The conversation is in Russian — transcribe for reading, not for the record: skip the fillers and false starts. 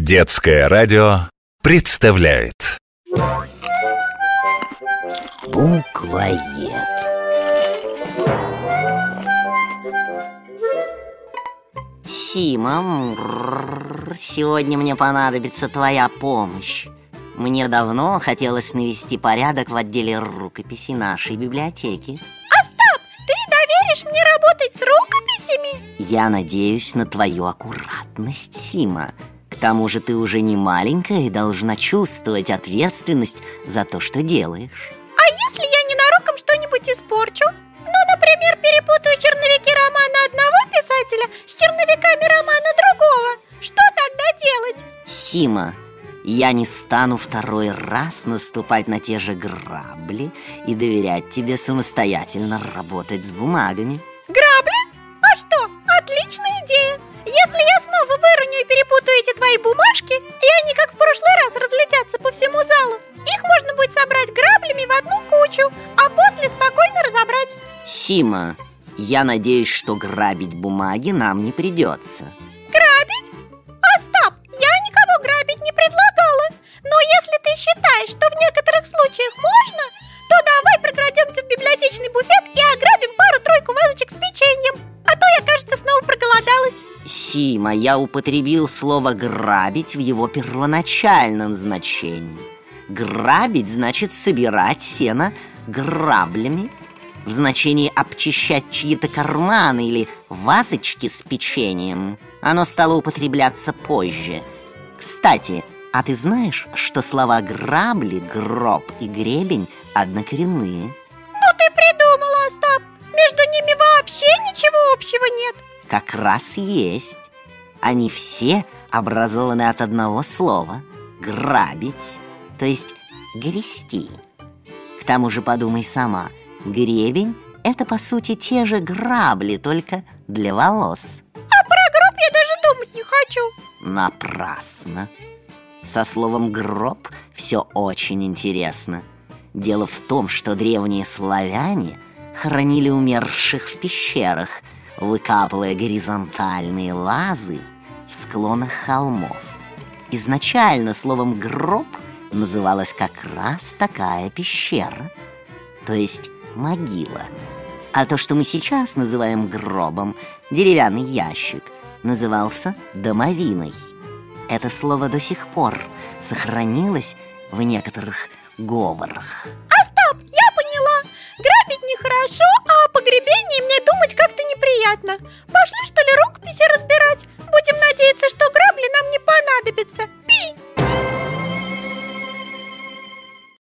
Детское радио представляет Буквоед. Сима, сегодня мне понадобится твоя помощь. Мне давно хотелось навести порядок в отделе рукописей нашей библиотеки. Остап, ты доверишь мне работать с рукописями? Я надеюсь на твою аккуратность, Сима. К тому же ты уже не маленькая и должна чувствовать ответственность за то, что делаешь. А если я ненароком что-нибудь испорчу? Ну, например, перепутаю черновики романа одного писателя с черновиками романа другого. Что тогда делать? Сима, я не стану второй раз наступать на те же грабли и доверять тебе самостоятельно работать с бумагами. Грабли? А что? Отличная идея. Если я снова выроню и перепутаю эти твои бумажки, и они, как в прошлый раз, разлетятся по всему залу, их можно будет собрать граблями в одну кучу, а после спокойно разобрать. Сима, я надеюсь, что грабить бумаги нам не придется. Грабить? Остап, я никого грабить не предлагала. Но если ты считаешь, что в некоторых случаях можно, то давай прокрадемся в библиотечный буфет и ограбим пару-тройку вазочек с печеньем. А то я, кажется, снова проголодалась. Сима, я употребил слово «грабить» в его первоначальном значении. Грабить значит собирать сено граблями. В значении обчищать чьи-то карманы или вазочки с печеньем. Оно стало употребляться позже. Кстати, а ты знаешь, что слова «грабли», «гроб» и «гребень» однокоренные? Ну ты придумала, Остап. Между ними вообще ничего общего нет. Как раз есть. Они все образованы от одного слова «грабить», то есть «грести». К тому же подумай сама, гребень – это, по сути, те же грабли, только для волос. А про гроб я даже думать не хочу. Напрасно. Со словом «гроб» все очень интересно. Дело в том, что древние славяне хоронили умерших в пещерах, выкапывая горизонтальные лазы в склонах холмов. Изначально словом «гроб» называлась как раз такая пещера, то есть могила. А то, что мы сейчас называем гробом, деревянный ящик, назывался домовиной. Это слово до сих пор сохранилось в некоторых говорах. Остап, я поняла. Грабить нехорошо, а о погребении мне думать как-то неприятно. Пошли, что ли, рукописи разбирать? Будем надеяться, что грабли нам не понадобятся.